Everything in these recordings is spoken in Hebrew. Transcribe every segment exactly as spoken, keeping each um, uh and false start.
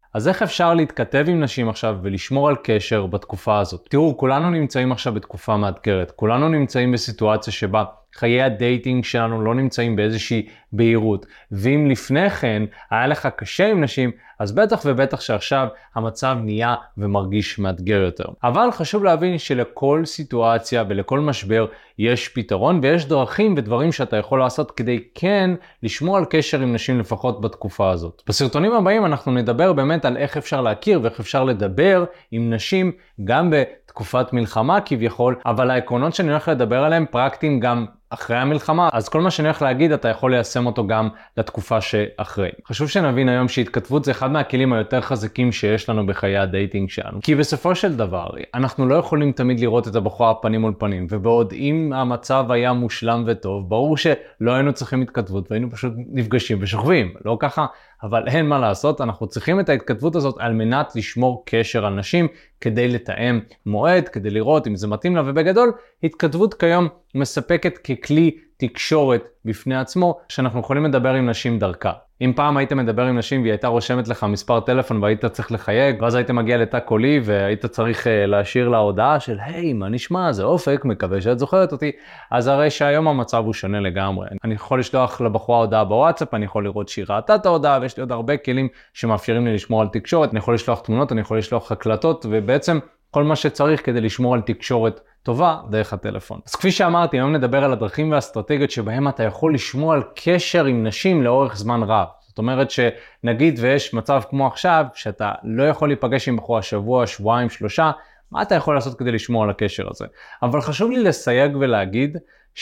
אז איך אפשר להתכתב עם נשים עכשיו ולשמור על קשר בתקופה הזאת? תראו, כולנו נמצאים עכשיו בתקופה מאתגרת. כולנו נמצאים בסיטואציה שבה חיי הדייטינג שלנו לא נמצאים באיזושהי בהירות. ואם לפני כן היה לך קשה עם נשים, אז בטח ובטח שעכשיו המצב נהיה ומרגיש מאתגר יותר. אבל חשוב להבין שלכל סיטואציה ולכל משבר יש פתרון, ויש דרכים ודברים שאתה יכול לעשות כדי כן לשמור על קשר עם נשים לפחות בתקופה הזאת. בסרטונים הבאים אנחנו נדבר באמת על איך אפשר להכיר ואיך אפשר לדבר עם נשים גם בתקופת מלחמה כביכול, אבל העקרונות שאני הולך לדבר עליהם פרקטיים גם אחרי המלחמה, אז כל מה שאני הולך להגיד אתה יכול ליישם אותו גם לתקופה שאחרי. חשוב שנבין היום שהתכתבות זה אחד מהכלים היותר חזקים שיש לנו בחיי הדייטינג שלנו. כי בסופו של דבר, אנחנו לא יכולים תמיד לראות את הבחורה פנים מול פנים, ובעוד אם המצב היה מושלם וטוב, ברור שלא היינו צריכים התכתבות, והיינו פשוט נפגשים ושוכבים, לא ככה, אבל אין מה לעשות, אנחנו צריכים את ההתכתבות הזאת על מנת לשמור קשר על נשים, כדי לתאם מועד, כדי לראות אם זה מתאים לה, ובגדול, התכתבות כיום מספקת ככלי תקשורת בפני עצמו, שאנחנו יכולים לדבר עם נשים דרכה. אם פעם היית מדבר עם נשים והיא הייתה רושמת לך מספר טלפון והיית צריך לחייג, ואז היית מגיע לתא קולי והיית צריך להשאיר לה הודעה של היי, מה נשמע? זה אופק, מקווה שאת זוכרת אותי. אז הרי שהיום המצב הוא שונה לגמרי. אני יכול לשלוח לבחורה הודעה בוואטסאפ, אני יכול לראות שהיא ראתה את ההודעה, ויש לי עוד הרבה כלים שמאפשרים לי לשמור על תקשורת. אני יכול לשלוח תמונות, אני יכול לשלוח הקלטות, ובעצם כל מה שצריך כדי לשמור על תקשורת טובה דרך הטלפון. אז כפי שאמרתי, היום נדבר על הדרכים והאסטרטגיות שבהם אתה יכול לשמור על קשר עם נשים לאורך זמן רב. זאת אומרת שנגיד ויש מצב כמו עכשיו, שאתה לא יכול להיפגש עם בחורה שבוע, שבועיים, שלושה, מה אתה יכול לעשות כדי לשמור על הקשר הזה? אבל חשוב לי לסייג ולהגיד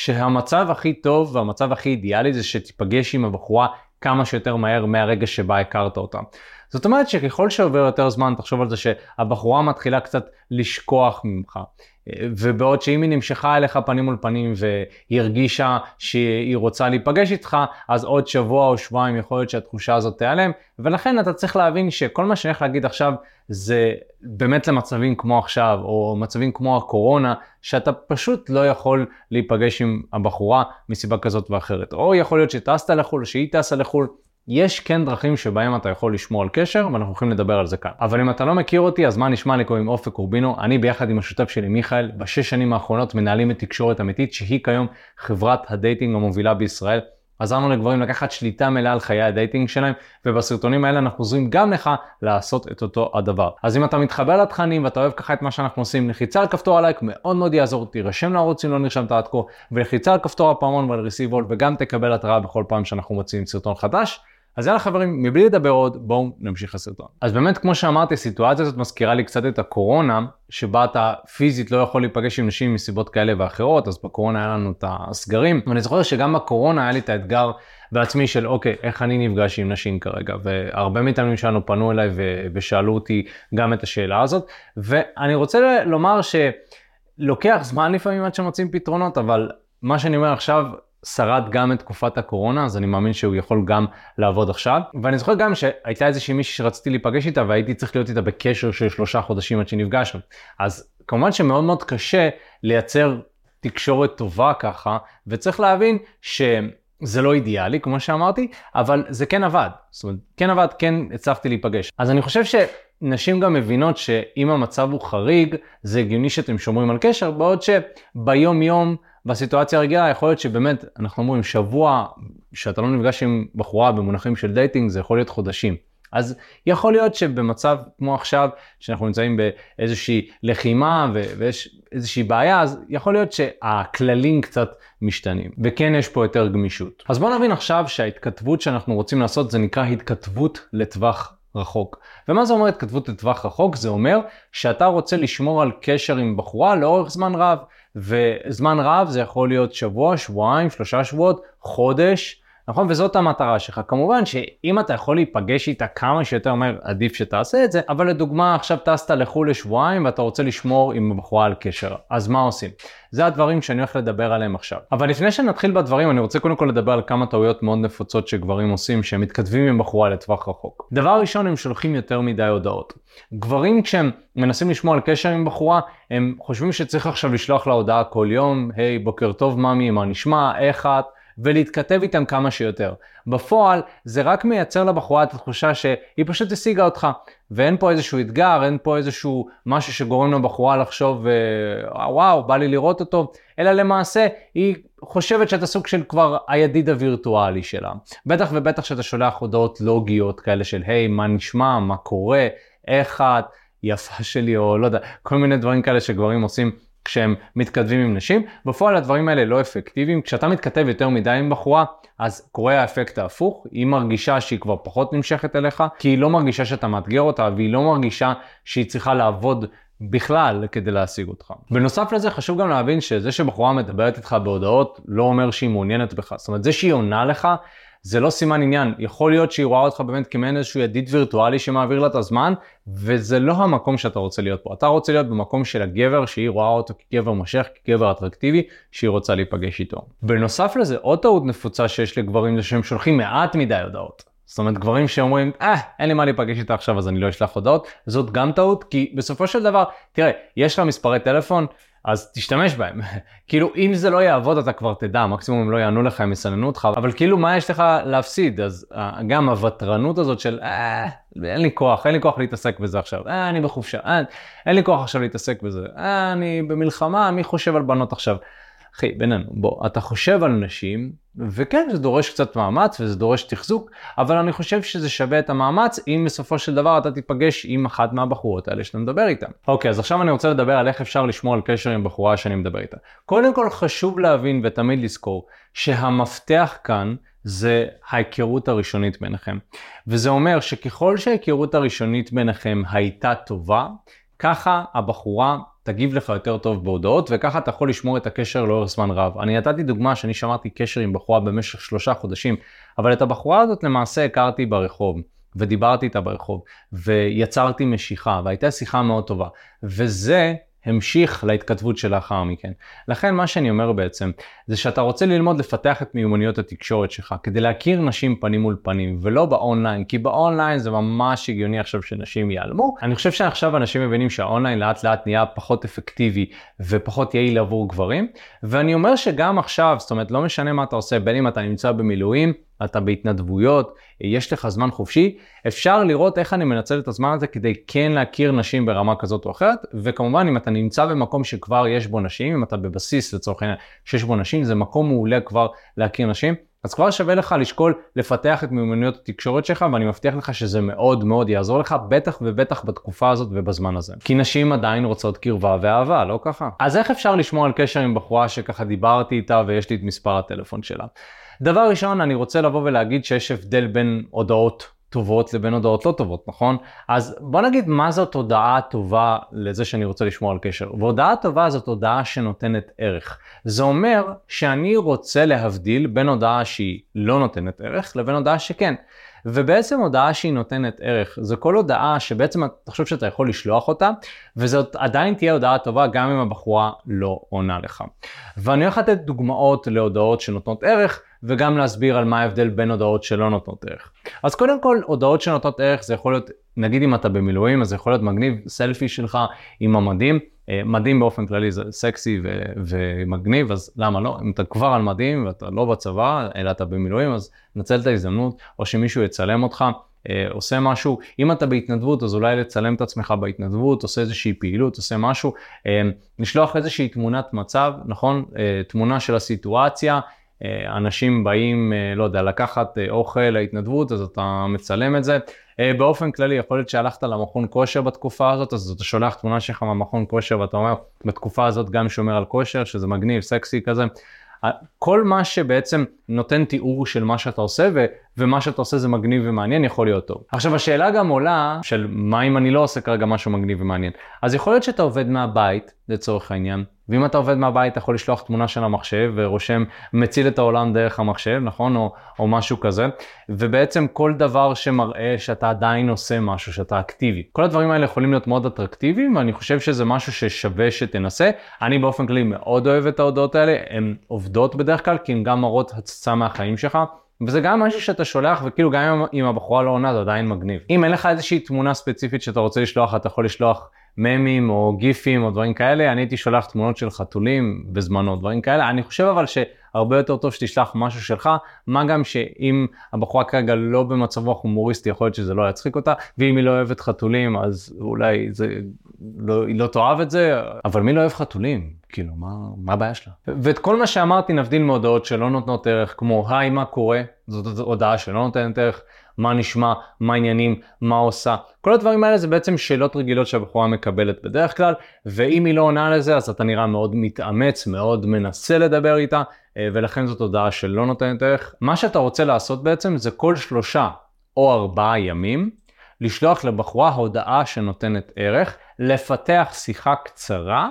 שהמצב הכי טוב והמצב הכי אידיאלי זה שתיפגש עם הבחורה כמה שיותר מהר מהרגע שבה הכרת אותה. זאת אומרת שככל שעובר יותר זמן, תחשוב על זה שהבחורה מתחילה קצת לשכוח ממך. ובעוד שאם היא נמשכה אליך פנים מול פנים והיא הרגישה שהיא רוצה להיפגש איתך, אז עוד שבוע או שבועיים יכול להיות שהתחושה הזאת תיעלם, ולכן אתה צריך להבין שכל מה שאני הולך להגיד עכשיו זה באמת למצבים כמו עכשיו, או מצבים כמו הקורונה, שאתה פשוט לא יכול להיפגש עם הבחורה מסיבה כזאת ואחרת. או יכול להיות שטסת לחול, או שהיא טסה לחול, יש כן דרכים שבהם אתה יכול לשמור על קשר, ואנחנו הולכים לדבר על זה כאן. אבל אם אתה לא מכיר אותי, אז מה נשמע לי? קוראים אופק קורבינו. אני ביחד עם השותף שלי מיכאל, בשש שנים האחרונות מנהלים את תקשורת אמיתית, שהיא כיום חברת הדייטינג המובילה בישראל. עזרנו לגברים לקחת שליטה מלאה על חיי הדייטינג שלהם, ובסרטונים האלה אנחנו עוזרים גם לך לעשות את אותו הדבר. אז אם אתה מתחבר לתכנים ואתה אוהב ככה את מה שאנחנו עושים, לחיצה על כפתור הלייק מאוד מאוד יעזור, תירשם לערוץ אם לא נרשמת עד כה, ולחיצה על כפתור הפעמון ועל receive all, וגם תקבל התראה בכל פעם שאנחנו מוציאים סרטון חדש. אז יאללה חברים, מבלי לדבר עוד, בואו נמשיך לסרטון. אז באמת, כמו שאמרתי, הסיטואציה הזאת מזכירה לי קצת את הקורונה, שבה אתה פיזית לא יכול להיפגש עם נשים מסיבות כאלה ואחרות, אז בקורונה היה לנו את הסגרים, ואני זוכר שגם בקורונה היה לי את האתגר בעצמי של אוקיי, איך אני נפגש עם נשים כרגע, והרבה מתאמנים שלנו פנו אליי ושאלו אותי גם את השאלה הזאת, ואני רוצה לומר שלוקח זמן לפעמים עד שמוצאים פתרונות, אבל מה שאני אומר עכשיו, שרד גם את תקופת הקורונה, אז אני מאמין שהוא יכול גם לעבוד עכשיו. ואני זוכר גם שהייתה איזושהי מישהי שרציתי להיפגש איתה, והייתי צריך להיות איתה בקשר של שלושה חודשים עד שנפגשנו. אז כמובן שמאוד מאוד קשה לייצר תקשורת טובה ככה, וצריך להבין שזה לא אידיאלי, כמו שאמרתי, אבל זה כן עבד. זאת אומרת, כן עבד, כן הצלחתי להיפגש. אז אני חושב שנשים גם מבינות שאם המצב הוא חריג, זה הגיוני שאתם שומרים על קשר, בעוד שביום יום, בסיטואציה הרגילה יכול להיות שבאמת אנחנו אומרים שבוע שאתה לא נפגש עם בחורה במונחים של דייטינג, זה יכול להיות חודשים. אז יכול להיות שבמצב כמו עכשיו, שאנחנו נמצאים באיזושהי לחימה ויש איזושהי בעיה, אז יכול להיות שהכללים קצת משתנים. וכן יש פה יותר גמישות. אז בואו נבין עכשיו שההתכתבות שאנחנו רוצים לעשות זה נקרא התכתבות לטווח רחוק. ומה זה אומר התכתבות לטווח רחוק? זה אומר שאתה רוצה לשמור על קשר עם בחורה לאורך זמן רב. וזמן רב זה יכול להיות שבוע, שבועיים, שלושה שבועות, חודש, נכון? וזאת המטרה שלך. כמובן שאם אתה יכול להיפגש איתה כמה שיותר מהר, עדיף שתעשה את זה, אבל לדוגמה עכשיו טסת לחו"ל לשבועיים ואתה רוצה לשמור עם הבחורה על קשר. אז מה עושים? זה הדברים שאני הולך לדבר עליהם עכשיו. אבל לפני שנתחיל בדברים, אני רוצה קודם כל לדבר על כמה טעויות מאוד נפוצות שגברים עושים, שהם מתכתבים עם בחורה לטווח רחוק. דבר ראשון, הם שולחים יותר מדי הודעות. גברים כשהם מנסים לשמור על קשר עם בחורה, הם חושבים שצריך עכשיו לשלוח לה הודעה כל יום, היי, בוקר טוב ממי, מה נשמע, איך את? ולהתכתב איתם כמה שיותר. בפועל זה רק מייצר לבחורה את התחושה שהיא פשוט השיגה אותך, ואין פה איזשהו אתגר, אין פה איזשהו משהו שגורם לבחורה לחשוב וואו, בא לי לראות אותו, אלא למעשה היא חושבת שאתה סוג של כבר הידיד הווירטואלי שלה. בטח ובטח שאתה שולח הודעות לוגיות כאלה של היי, מה נשמע, מה קורה, איך את, יפה שלי, או לא יודע, כל מיני דברים כאלה שגברים עושים כשהם מתכתבים עם נשים. בפועל הדברים האלה לא אפקטיביים. כשאתה מתכתב יותר מדי עם בחורה, אז קורה האפקט ההפוך. היא מרגישה שהיא כבר פחות נמשכת אליך, כי היא לא מרגישה שאתה מאתגר אותה, והיא לא מרגישה שהיא צריכה לעבוד בכלל כדי להשיג אותך. בנוסף לזה חשוב גם להבין שזה שבחורה מדברת איתך בהודעות לא אומר שהיא מעוניינת בך. זאת אומרת, זה שהיא עונה לך, זה לא סימן עניין. יכול להיות שהיא רואה אותך באמת כמעין איזשהו ידיד וירטואלי שמעביר לה את הזמן, וזה לא המקום שאתה רוצה להיות פה. אתה רוצה להיות במקום של הגבר, שהיא רואה אותו כגבר משך, כגבר אטרקטיבי, שהיא רוצה להיפגש איתו. בנוסף לזה, עוד טעות נפוצה שיש לגברים זה שהם שולחים מעט מדי הודעות. זאת אומרת, גברים שאומרים, אה, אין לי מה להיפגש איתה עכשיו, אז אני לא אשלח הודעות. זאת גם טעות, כי בסופו של דבר, תראה, יש לה מספרי טלפון, אז תשתמש בהם. כאילו, אם זה לא יעבוד, אתה כבר תדע, מקסימום הם לא יענו לך, הם יסננו אותך, אבל כאילו, מה יש לך להפסיד? אז גם הוותרנות הזאת של, אה, אין לי כוח, אין לי כוח להתעסק בזה עכשיו, אה, אני בחופשה, אה, אין לי כוח עכשיו להתעסק בזה, אה, אני במלחמה, מי חושב על בנות עכשיו? אחי, בינינו, בוא, אתה חושב על נשים, וכן, זה דורש קצת מאמץ, וזה דורש תחזוק, אבל אני חושב שזה שווה את המאמץ, אם בסופו של דבר אתה תיפגש עם אחת מהבחורות האלה שאתה מדבר איתן. אוקיי, אז עכשיו אני רוצה לדבר על איך אפשר לשמור על קשר עם בחורה שאני מדבר איתה. קודם כל חשוב להבין ותמיד לזכור, שהמפתח כאן זה ההיכרות הראשונית ביניכם. וזה אומר שככל שההיכרות הראשונית ביניכם הייתה טובה, ככה הבחורה תגיב לך יותר טוב בהודעות, וככה אתה יכול לשמור את הקשר לאורך זמן רב. אני נתתי דוגמה שאני שמרתי קשר עם בחורה במשך שלושה חודשים, אבל את הבחורה הזאת למעשה הכרתי ברחוב, ודיברתי איתה ברחוב, ויצרתי משיכה, והייתה שיחה מאוד טובה, וזה המשיך להתכתבות שלאחר מכן. לכן מה שאני אומר בעצם, זה שאתה רוצה ללמוד לפתח את מיומנויות התקשורת שלך, כדי להכיר נשים פנים מול פנים, ולא באונליין, כי באונליין זה ממש הגיוני עכשיו שנשים ייעלמו. אני חושב שעכשיו אנשים מבינים שהאונליין לאט לאט נהיה פחות אפקטיבי, ופחות יעיל עבור גברים, ואני אומר שגם עכשיו, זאת אומרת, לא משנה מה אתה עושה, בין אם אתה נמצא במילואים, אתה בהתנדבויות, יש לך זמן חופשי, אפשר לראות איך אני מנצל את הזמן הזה כדי כן להכיר נשים ברמה כזאת או אחרת, וכמובן אם אתה נמצא במקום שכבר יש בו נשים, אם אתה בבסיס לצורך העניין שיש בו נשים, זה מקום מעולה כבר להכיר נשים, אז כבר שווה לך לשקול לפתח את מיומנויות התקשורת שלך, ואני מבטיח לך שזה מאוד מאוד יעזור לך, בטח ובטח בתקופה הזאת ובזמן הזה. כי נשים עדיין רוצות קרבה ואהבה, לא ככה? אז איך אפשר לשמור על קשר עם בחורה שככה דיברתי איתה ויש לי את מספר הטלפון שלה? דבר ראשון, אני רוצה לבוא ולהגיד שיש הבדל בין הודעות טובות לבין הודעות לא טובות, נכון? אז בוא נגיד מה זאת הודעה טובה לזה שאני רוצה לשמור על קשר. והודעה טובה זאת הודעה שנותנת ערך. זה אומר שאני רוצה להבדיל בין הודעה שהיא לא נותנת ערך לבין הודעה שכן. ובעצם הודעה שהיא נותנת ערך, זה כל הודעה שבעצם אתה חושב שאתה יכול לשלוח אותה, וזאת עדיין תהיה הודעה טובה גם אם הבחורה לא עונה לך. ואני הולך לתת דוגמאות להודעות שנותנות ערך, וגם להסביר על מה ההבדל בין הודעות שלא נותנות ערך. אז קודם כל, הודעות שנותנות ערך זה יכול להיות, נגיד אם אתה במילואים, אז זה יכול להיות מגניב, סלפי שלך עם המדים, מדים באופן כללי זה סקסי ו- ומגניב, אז למה לא? אם אתה כבר על מדים ואתה לא בצבא, אלא אתה במילואים, אז נצל את ההזדמנות, או שמישהו יצלם אותך, עושה משהו, אם אתה בהתנדבות, אז אולי לצלם את עצמך בהתנדבות, עושה איזושהי פעילות, עושה משהו, לשלוח איזושהי תמונת מצב, נכון? תמונה של הסיטואציה, אנשים באים, לא יודע, לקחת אוכל להתנדבות, אז אתה מצלם את זה. באופן כללי, יכול להיות שהלכת למכון כושר בתקופה הזאת, אז אתה שולח תמונה שלך מהמכון כושר, ואתה אומר, בתקופה הזאת גם שומר על כושר, שזה מגניב, סקסי כזה. כל מה שבעצם נותן תיאור של מה שאתה עושה, ו- ומה שאתה עושה זה מגניב ומעניין, יכול להיות טוב. עכשיו, השאלה גם עולה של מה אם אני לא עושה כרגע משהו מגניב ומעניין. אז יכול להיות שאתה עובד מהבית, לצורך העניין, ואם אתה עובד מהבית, אתה יכול לשלוח תמונה של המחשב, ורושם מציל את העולם דרך המחשב, נכון? או, או משהו כזה. ובעצם כל דבר שמראה שאתה עדיין עושה משהו, שאתה אקטיבי. כל הדברים האלה יכולים להיות מאוד אטרקטיביים, ואני חושב שזה משהו ששווה שתנסה. אני באופן כללי מאוד אוהב את ההודעות האלה, הן עובדות בדרך כלל, כי הן גם מראות הצצה מהחיים שלך. וזה גם משהו שאתה שולח, וכאילו גם אם הבחורה לא עונה, זה עדיין מגניב. אם אין לך איזושהי תמונה ספציפית שאתה רוצה לשלוח, אתה יכול לשלוח ממים או גיפים או דברים כאלה, אני הייתי שולח תמונות של חתולים בזמנו, דברים כאלה. אני חושב אבל שהרבה יותר טוב שתשלח משהו שלך, מה גם שאם הבחורה כרגע לא במצב רוח הומוריסטי, יכול להיות שזה לא יצחיק אותה, ואם היא לא אוהבת חתולים, אז אולי זה, לא, היא לא תאהב את זה, אבל מי לא אוהב חתולים? כאילו, מה, מה הבעיה שלה? ואת כל מה שאמרתי נבדיל מהודעות שלא נותנות ערך, כמו היי, מה קורה? זאת הודעה שלא נותנת ערך, מה נשמע, מה העניינים, מה עושה. כל הדברים האלה זה בעצם שאלות רגילות שהבחורה מקבלת בדרך כלל, ואם היא לא עונה לזה, אז אתה נראה מאוד מתאמץ, מאוד מנסה לדבר איתה, ולכן זאת הודעה שלא נותנת ערך. מה שאתה רוצה לעשות בעצם זה כל שלושה או ארבעה ימים, לשלוח לבחורה הודעה שנותנת ערך, לפתח שיחה קצרה,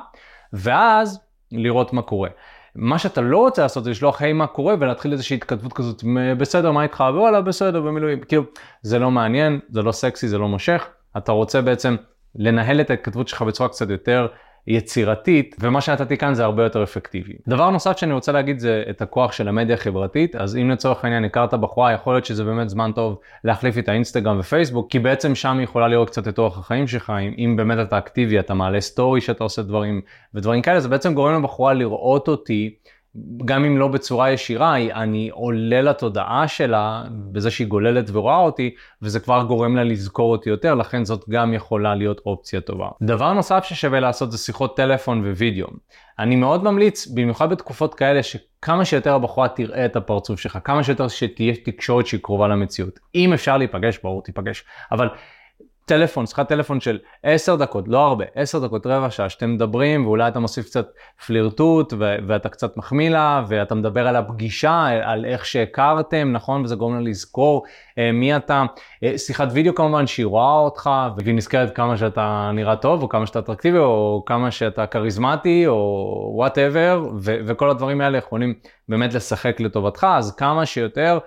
ואז לראות מה קורה. מה שאתה לא רוצה לעשות זה לשלוח היי מה קורה ולהתחיל איזושהי התכתבות כזאת, בסדר מה איתך? וואלה בסדר במילואים. כאילו זה לא מעניין, זה לא סקסי, זה לא מושך. אתה רוצה בעצם לנהל את ההתכתבות שלך בצורה קצת יותר יצירתית, ומה שנתתי כאן זה הרבה יותר אפקטיבי. דבר נוסף שאני רוצה להגיד זה את הכוח של המדיה החברתית, אז אם לצורך העניין הכרת בחורה, יכול להיות שזה באמת זמן טוב להחליף את האינסטגרם ופייסבוק, כי בעצם שם היא יכולה לראות קצת את אורח החיים שלך, אם, אם באמת אתה אקטיבי, אתה מעלה סטורי שאתה עושה דברים ודברים כאלה, זה בעצם גורם לבחורה לראות אותי, גם אם לא בצורה ישירה, אני עולה לתודעה שלה בזה שהיא גוללת ורואה אותי, וזה כבר גורם לה לזכור אותי יותר, לכן זאת גם יכולה להיות אופציה טובה. דבר נוסף ששווה לעשות זה שיחות טלפון ווידאו. אני מאוד ממליץ, במיוחד בתקופות כאלה, שכמה שיותר הבחורה תראה את הפרצוף שלך, כמה שיותר שתהיה תקשורת שהיא קרובה למציאות. אם אפשר להיפגש, ברור תיפגש, אבל טלפון, שיחת טלפון של עשר דקות, לא הרבה, עשר דקות, רבע שעה, שאתם מדברים, ואולי אתה מוסיף קצת פלירטוט, ו- ואתה קצת מחמיא לה, ואתה מדבר על הפגישה, על איך שהכרתם, נכון? וזה גורם לה לזכור אה, מי אתה. אה, שיחת וידאו כמובן, שהיא רואה אותך, והיא נזכרת כמה שאתה נראה טוב, או כמה שאתה אטרקטיבי, או כמה שאתה כריזמטי, או whatever, ו- וכל הדברים האלה יכולים באמת לשחק לטובתך, אז כמה שיותר,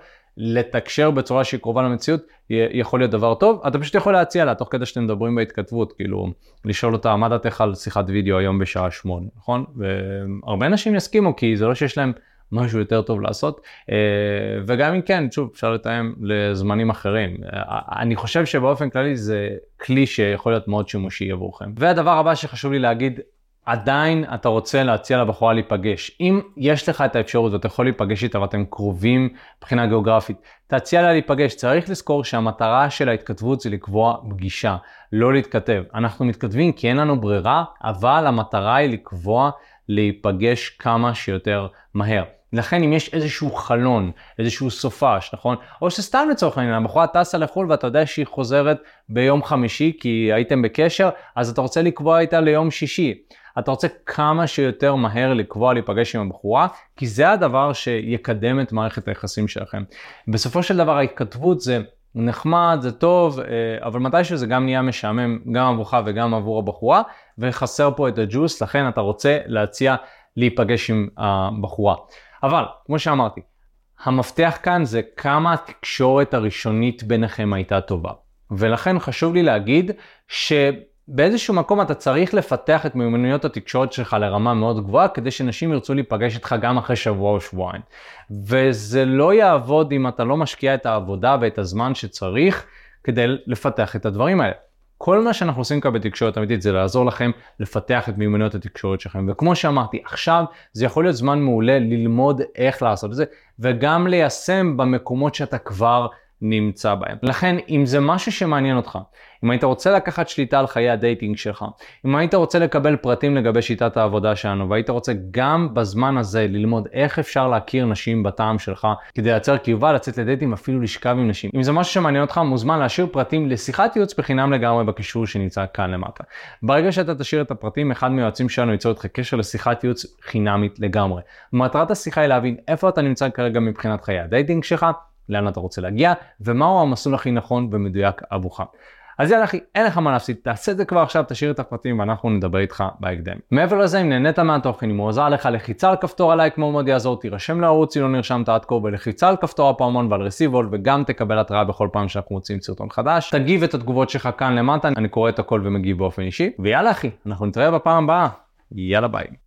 לתקשר בצורה שהיא קרובה למציאות, יכול להיות דבר טוב. אתה פשוט יכול להציע לה, תוך כדי שאתם מדברים בהתכתבות, כאילו, לשאול אותה, מה דעתך על שיחת וידאו היום בשעה שמונה, נכון? והרבה אנשים יסכימו, כי זה לא שיש להם משהו יותר טוב לעשות, וגם אם כן, שוב, אפשר לתאם לזמנים אחרים. אני חושב שבאופן כללי זה כלי שיכול להיות מאוד שימושי עבורכם. והדבר הבא שחשוב לי להגיד, עדיין אתה רוצה להציע לבחורה להיפגש. אם יש לך את האפשרות ואתה יכול להיפגש איתה ואתם קרובים מבחינה גיאוגרפית, תציע לה להיפגש. צריך לזכור שהמטרה של ההתכתבות זה לקבוע פגישה, לא להתכתב. אנחנו מתכתבים כי אין לנו ברירה, אבל המטרה היא לקבוע להיפגש כמה שיותר מהר. לכן אם יש איזשהו חלון, איזשהו סופש, נכון? או שסתם לצורך העניין, הבחורה טסה לחול ואתה יודע שהיא חוזרת ביום חמישי כי הייתם בקשר, אז אתה רוצה לקבוע איתה ליום שישי. אתה רוצה כמה שיותר מהר לקבוע להיפגש עם הבחורה, כי זה הדבר שיקדם את מערכת היחסים שלכם. בסופו של דבר ההתכתבות זה נחמד, זה טוב, אבל מתישהו זה גם נהיה משעמם גם עבורך וגם עבור הבחורה, וחסר פה את הג'וס, לכן אתה רוצה להציע להיפגש עם הבחורה. אבל, כמו שאמרתי, המפתח כאן זה כמה התקשורת הראשונית ביניכם הייתה טובה. ולכן חשוב לי להגיד שבאיזשהו מקום אתה צריך לפתח את מיומנויות התקשורת שלך לרמה מאוד גבוהה, כדי שנשים ירצו להיפגש איתך גם אחרי שבוע או שבועיים. וזה לא יעבוד אם אתה לא משקיע את העבודה ואת הזמן שצריך כדי לפתח את הדברים האלה. כל מה שאנחנו עושים כאן בתקשורת אמיתית זה לעזור לכם לפתח את מיומנויות התקשורת שלכם. וכמו שאמרתי, עכשיו זה יכול להיות זמן מעולה ללמוד איך לעשות את זה, וגם ליישם במקומות שאתה כבר נמצא בהם. לכן, אם זה משהו שמעניין אותך, אם היית רוצה לקחת שליטה על חיי הדייטינג שלך, אם היית רוצה לקבל פרטים לגבי שיטת העבודה שלנו, והיית רוצה גם בזמן הזה ללמוד איך אפשר להכיר נשים בטעם שלך, כדי לייצר קרבה, לצאת לדייטים, אפילו לשכב עם נשים. אם זה משהו שמעניין אותך, מוזמן להשאיר פרטים לשיחת ייעוץ בחינם לגמרי בקישור שנמצא כאן למטה. ברגע שאתה תשאיר את הפרטים, אחד מהיועצים שלנו ייצור איתך קשר לשיחת ייעוץ חינמית לגמרי. מטרת השיחה היא להבין איפה אתה נמצא כרגע מבחינת חיי הדייטינג שלך, לאן אתה רוצה להגיע, ומהו המסלול הכי נכון ומדויק עבורך. אז יאללה אחי, אין לך מה להפסיד, תעשה את זה כבר עכשיו, תשאיר את הפרטים ואנחנו נדבר איתך בהקדם. מעבר לזה, אם נהנית מהתוכן, אם הוא עוזר לך, לחיצה על כפתור הלייק מאוד מאוד יעזור, תירשם לערוץ אם לא נרשמת עד כה, ולחיצה על כפתור הפעמון ועל רסיבול, וגם תקבל התראה בכל פעם שאנחנו מוצאים סרטון חדש. תגיב את התגובות שלך כאן למטה, אני קורא את הכל ומגיב באופן אישי. ויאללה אחי, אנחנו נתראה בפעם הבאה. יאללה ביי.